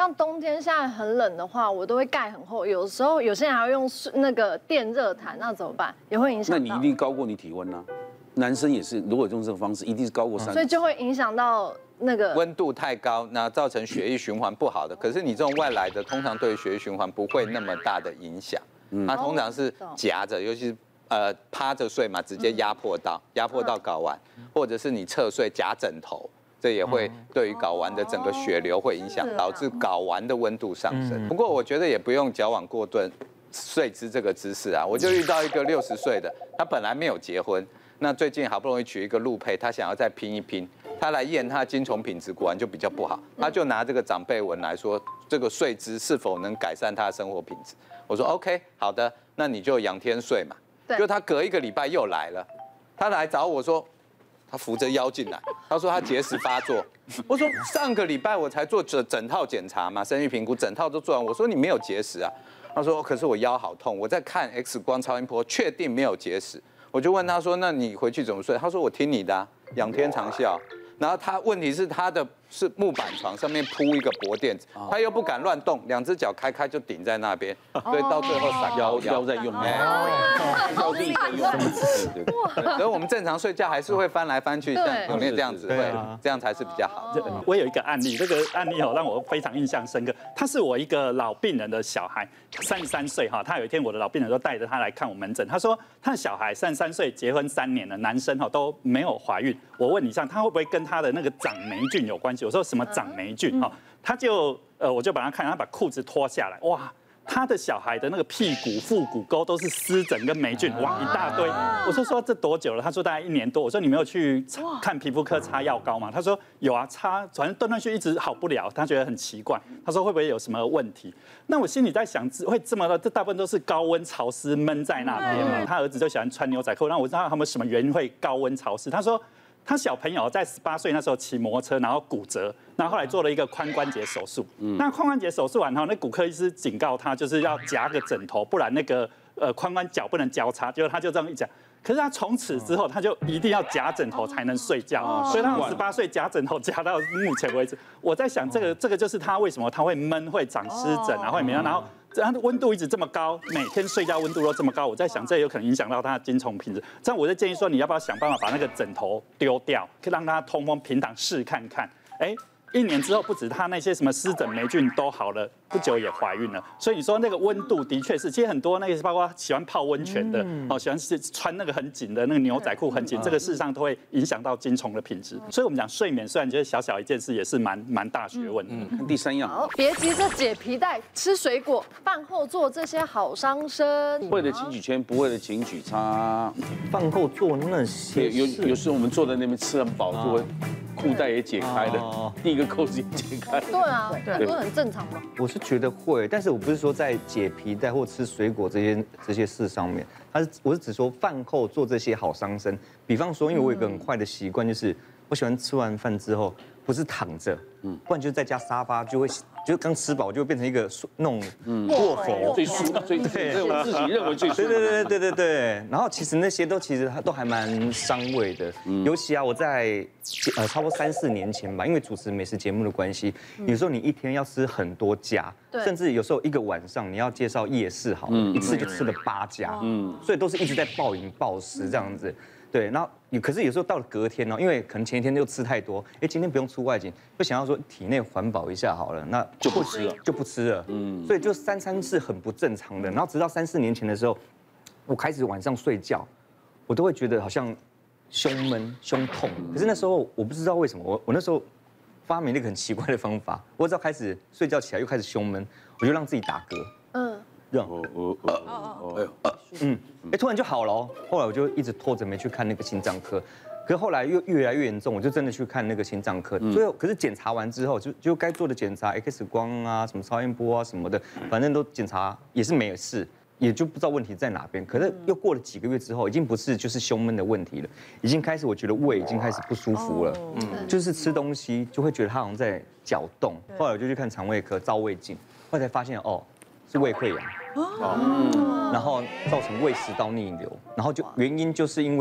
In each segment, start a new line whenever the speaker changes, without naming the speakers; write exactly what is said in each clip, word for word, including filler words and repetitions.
像冬天现在很冷的话，我都会盖很厚，有时候有些人还会用那个电热毯，那怎么办？也会影响。
那你一定高过你体温啊。男生也是，如果用这个方式，一定是高过三，
所以就会影响到那个
温度太高，那造成血液循环不好的。可是你这种外来的，通常对血液循环不会那么大的影响。它通常是夹着，尤其是呃趴着睡嘛，直接压迫到压迫到睾丸，或者是你侧睡夹枕头，这也会对于睾丸的整个血流会影响，导致睾丸的温度上升。不过我觉得也不用矫枉过正，睡姿这个姿势啊，我就遇到一个六十岁的，他本来没有结婚。那最近好不容易娶一个陆配，他想要再拼一拼，他来验他的精虫品质，果然就比较不好。他就拿这个长辈文来说，这个睡姿是否能改善他的生活品质？我说 OK， 好的，那你就仰天睡嘛。就他隔一个礼拜又来了，他来找我说，他扶着腰进来，他说他结石发作。我说上个礼拜我才做整整套检查嘛，生育评估整套都做完，我说你没有结石啊。他说可是我腰好痛，我在看 X 光超音波，确定没有结石。我就问他说：“那你回去怎么睡？”他说：“我听你的、啊，仰天长啸。”然后他问题是他的是木板床，上面铺一个薄垫子，他又不敢乱动，两只脚开开就顶在那边，所以到最后闪
腰腰在用力，腰力在用力。对对。
所以我们正常睡觉还是会翻来翻去，这样有没有这样子？会，这样才是比较好。
我有一个案例，这个案例哦让我非常印象深刻。他是我一个老病人的小孩，三十三岁哈。他有一天我的老病人都带着他来看我门诊，他说他的小孩三十三岁，结婚三年了，男生哈都没有怀孕。我问你上，他会不会跟他的那个长霉菌有关系？我说什么长霉菌哈？他就呃我就把他看，他把裤子脱下来，哇！他的小孩的那个屁股、腹股沟都是湿疹跟霉菌，哇，一大堆。我说说这多久了？他说大概一年多。我说你没有去看皮肤科擦药膏吗？他说有啊，擦，反正断断续一直好不了，他觉得很奇怪。他说会不会有什么问题？那我心里在想，会这么的，这大部分都是高温潮湿闷在那边嘛。他儿子就喜欢穿牛仔裤，那我知道他们什么原因会高温潮湿。他说。他小朋友在十八岁那时候骑摩托车，然后骨折，然后后来做了一个髋关节手术。那髋关节手术完后，那骨科医师警告他，就是要夹个枕头，不然那个呃髋关脚不能交叉。结果他就这样一讲，可是他从此之后，他就一定要夹枕头才能睡觉，所以他十八岁夹枕头夹到目前为止。我在想，这个这个就是他为什么他会闷、会长湿疹啊，会没有，然后。它的温度一直这么高，每天睡觉温度都这么高，我在想这有可能影响到它的精虫品质。这样我就建议说，你要不要想办法把那个枕头丢掉，可以让它通风平躺试看看。哎，一年之后，不止它那些什么湿疹、霉菌都好了，不久也怀孕了。所以你说那个温度的确是，其实很多那个包括喜欢泡温泉的，哦，喜欢穿那个很紧的那个牛仔裤很紧，这个事实上都会影响到精虫的品质。所以我们讲睡眠，虽然觉得小小一件事，也是蛮蛮大学问。
嗯，第三样，
好，别急着解皮带，吃水果，饭后做这些好伤身。
会的请举圈，不会的请举叉。
饭后做那些
有有时候我们坐在那边吃很饱，就会裤带也解开了，第一个扣子也解开。
对啊，对，不是很正常吗？
我是觉得会，但是我不是说在解皮带或吃水果这些这些事上面，他是我是只说饭后做这些好伤身。比方说，因为我有一个很坏的习惯，就是我喜欢吃完饭之后不是躺着，嗯，不然就是在家沙发就会。就刚吃饱就会变成一个那种卧佛，
最舒最对我自己认为最舒
对对对对对对。然后其实那些都其实它都还蛮伤胃的，尤其啊我在呃差不多三四年前吧，因为主持美食节目的关系，有时候你一天要吃很多家，甚至有时候一个晚上你要介绍夜市好了，一次就吃了八家，嗯，所以都是一直在暴饮暴食这样子。对，然后可是有时候到了隔天呢，因为可能前一天又吃太多，哎，今天不用出外景，就想要说体内环保一下好了，那
就不吃了，
就不吃了，嗯，所以就三餐是很不正常的。然后直到三四年前的时候，我开始晚上睡觉，我都会觉得好像胸闷、胸痛。可是那时候我不知道为什么，我我那时候发明了一个很奇怪的方法，我只要开始睡觉起来又开始胸闷，我就让自己打嗝，嗯。哦哦哦，哎呦，嗯，哎，突然就好了哦。后来我就一直拖着没去看那个心脏科，可是后来又越来越严重，我就真的去看那个心脏科。最后，可是检查完之后，就就该做的检查 ，X 光啊，什么超音波啊什么的，反正都检查也是没有事，也就不知道问题在哪边。可是又过了几个月之后，已经不是就是胸闷的问题了，已经开始我觉得胃已经开始不舒服了，嗯，就是吃东西就会觉得它好像在搅动。后来我就去看肠胃科照胃镜，后来才发现哦。是胃溃疡，哦，然后造成胃食道逆流，然后就原因就是因为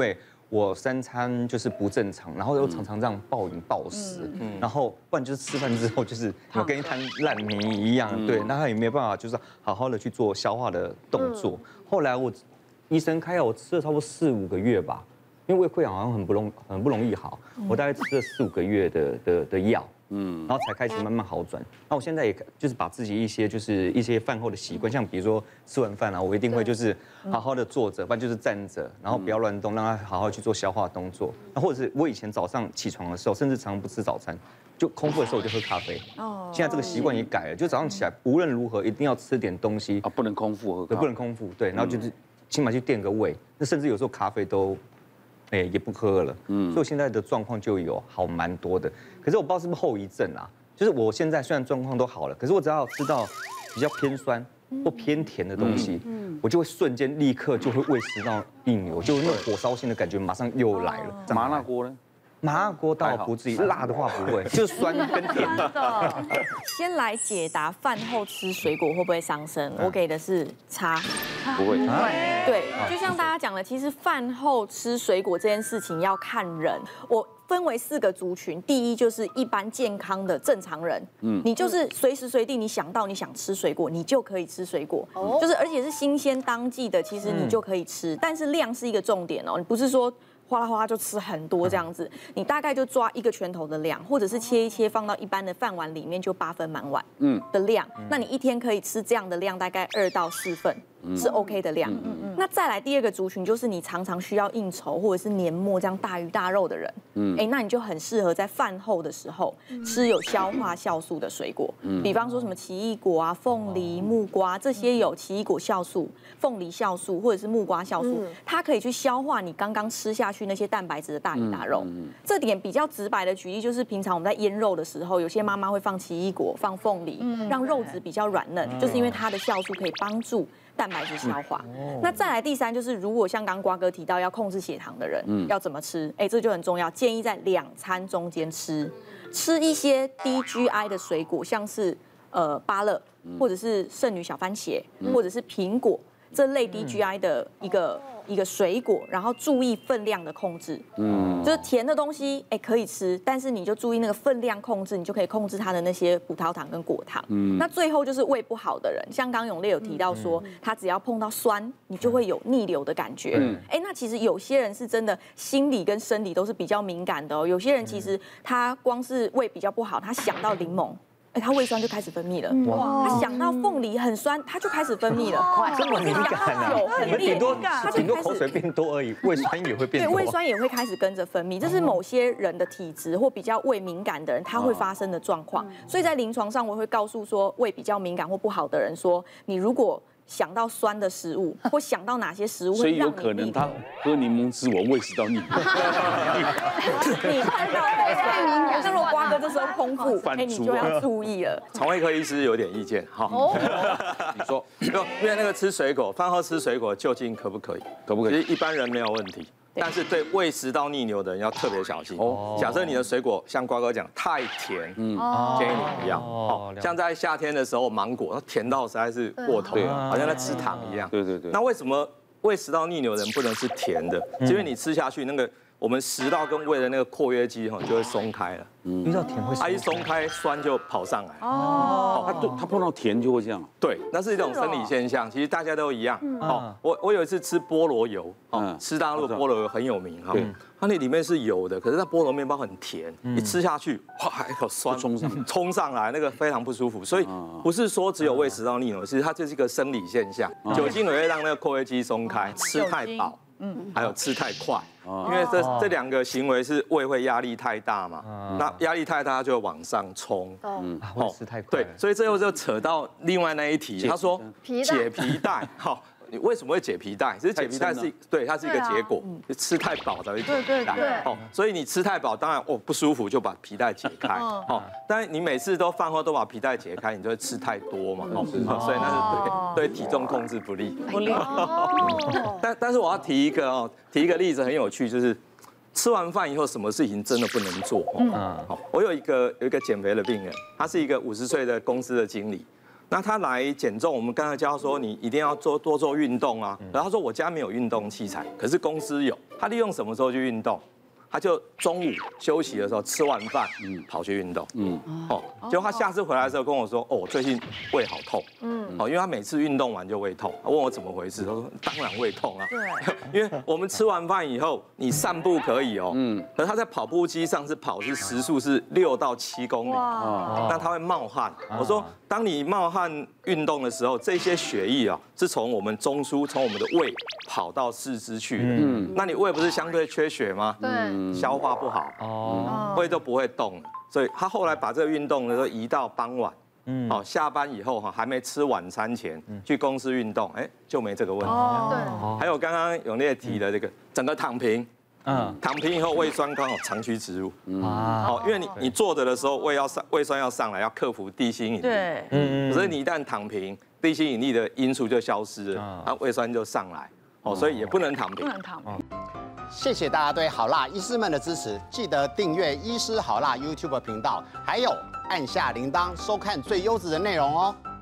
我三餐就是不正常，然后又常常这样暴饮暴食，然后不然就是吃饭之后就是跟一滩烂泥一样，对，那他也没有办法就是好好的去做消化的动作。后来我医生开药，我吃了差不多四五个月吧，因为胃溃疡好像很不容很不容易好，我大概吃了四五个月的的的药。嗯，然后才开始慢慢好转。那我现在也就是把自己一些就是一些饭后的习惯，像比如说吃完饭啊，我一定会就是好好的坐着，不然就是站着，然后不要乱动，让他好好去做消化动作。那或者是我以前早上起床的时候，甚至常常不吃早餐，就空腹的时候我就喝咖啡。哦，现在这个习惯也改了，就早上起来无论如何一定要吃点东西
啊，不能空腹喝，
对，不能空腹，对，然后就是起码去垫个胃。那甚至有时候咖啡都。哎，也不喝了，嗯，所以我现在的状况就有好蛮多的，可是我不知道是不是后遗症啊，就是我现在虽然状况都好了，可是我只要吃到比较偏酸或偏甜的东西，嗯，我就会瞬间立刻就会胃食道逆流，就那种火烧心的感觉马上又来了。
麻辣锅呢？
麻辣锅倒不至于，辣的话不会，就是酸跟甜的。
先来解答饭后吃水果会不会伤身？我给的是叉，
不会。
对，就像大家讲的，其实饭后吃水果这件事情要看人。我分为四个族群，第一就是一般健康的正常人，嗯，你就是随时随地你想到你想吃水果，你就可以吃水果，就是而且是新鲜当季的，其实你就可以吃，但是量是一个重点哦，你不是说。哗啦哗啦就吃很多这样子，你大概就抓一个拳头的量，或者是切一切放到一般的饭碗里面，就八分满碗的量。那你一天可以吃这样的量，大概二到四份是 OK 的量。那再来第二个族群就是你常常需要应酬或者是年末这样大鱼大肉的人，哎，那你就很适合在饭后的时候吃有消化酵素的水果，比方说什么奇异果啊、凤梨、木瓜这些有奇异果酵素、凤梨酵素或者是木瓜酵素，它可以去消化你刚刚吃下去那些蛋白质的大鱼大肉。这点比较直白的举例就是，平常我们在腌肉的时候，有些妈妈会放奇异果、放凤梨，让肉质比较软嫩，就是因为它的酵素可以帮助蛋白质消化。那再来第三就是，如果像刚瓜哥提到要控制血糖的人，要怎么吃？哎，这就很重要，建议在两餐中间吃，吃一些低 G I 的水果，像是呃芭乐，或者是圣女小番茄，或者是苹果这类低 G I 的一个。一个水果，然后注意分量的控制，嗯，就是甜的东西，哎，可以吃，但是你就注意那个分量控制，你就可以控制它的那些葡萄糖跟果糖。嗯，那最后就是胃不好的人，像刚永烈有提到说，他只要碰到酸，你就会有逆流的感觉。嗯，哎，那其实有些人是真的心理跟生理都是比较敏感的哦，有些人其实他光是胃比较不好，他想到柠檬。哎，他胃酸就开始分泌了。哇！他想到凤梨很酸，他就开始分泌了。
这么敏感啊！
很
顶多他顶多口水变多而已，胃酸也会变多。
对，胃酸也会开始跟着分泌，这是某些人的体质或比较胃敏感的人他会发生的状况。所以在临床上，我会告诉说胃比较敏感或不好的人说，你如果想到酸的食物，或想到哪些食物，
所以有可能他喝柠檬汁，我胃食道逆流。
你看到胃酸敏感，那如果瓜哥这时候空腹，哎，你就要注意了。
肠胃科医师有点意见，哈。你说，因为那个吃水果，饭后吃水果究竟可不可以？
可不可以？
其实一般人没有问题。但是对胃食道逆流的人要特别小心。哦，假设你的水果像瓜哥讲太甜，嗯，建议你不要。哦，像在夏天的时候，芒果它甜到实在是过头，好像在吃糖一样。
对对对。
那为什么胃食道逆流的人不能吃甜的？因为你吃下去那个我们食道跟胃的那个括约肌哈就会松开了。
遇到甜会，
它一松开，酸就跑上来。
哦，它它碰到甜就会这样。
对，那是一种生理现象，其实大家都一样。哦，我我有一次吃菠萝油，哦，吃大陆菠萝油很有名哈，它那里面是油的，可是那菠萝面包很甜，一吃下去，哇，还有酸
冲上
冲上来，那个非常不舒服。所以不是说只有胃食道逆流，其实它这是一个生理现象，酒精也会让那个括约肌松开，吃太饱。嗯，还有吃太快，因为这这两个行为是胃会压力太大嘛，那压力太大就会往上冲，
嗯，会吃太快，
对，所以最后就扯到另外那一题，他说解皮带，好。你为什么会解皮带？其实解皮带是对它是一个结果，吃太饱才会解皮带。哦，所以你吃太饱，当然哦不舒服就把皮带解开。哦，但是你每次都饭后都把皮带解开，你就会吃太多嘛。哦，所以那是对对体重控制不利。
不利。
但但是我要提一个哦，提一个例子很有趣，就是吃完饭以后什么事情真的不能做。嗯。好，我有一个有一个减肥的病人，他是一个五十岁的公司的经理。那他来减重，我们刚才教说你一定要做多做运动啊。然后他说我家没有运动器材，可是公司有。 他利用什么时候去运动？他就中午休息的时候吃完饭，嗯，跑去运动，嗯，哦，结果他下次回来的时候跟我说，哦，最近胃好痛，嗯，哦，因为他每次运动完就胃痛，他问我怎么回事，他说当然胃痛啊，对，因为我们吃完饭以后，你散步可以哦，嗯，可是他在跑步机上是跑是时速是六到七公里，哇，那他会冒汗，我说当你冒汗运动的时候，这些血液啊是从我们中枢从我们的胃跑到四肢去的，嗯，那你胃不是相对缺血吗？对。消化不好，哦，胃就不会动了，所以他后来把这个运动呢都移到傍晚，嗯，哦，下班以后哈，还没吃晚餐前去公司运动，哎，就没这个问题。哦，对。还有刚刚永烈提的这个整个躺平，嗯，躺平以后胃酸刚好长驱直入，啊，哦，因为你你坐着的时候胃要上胃酸要上来，要克服地心引力，对，嗯，可是你一旦躺平，地心引力的因素就消失了，它胃酸就上来，哦，所以也不能躺平，
不能躺平。
谢谢大家对好辣医师们的支持，记得订阅医师好辣 YouTube 频道，还有按下铃铛收看最优质的内容哦。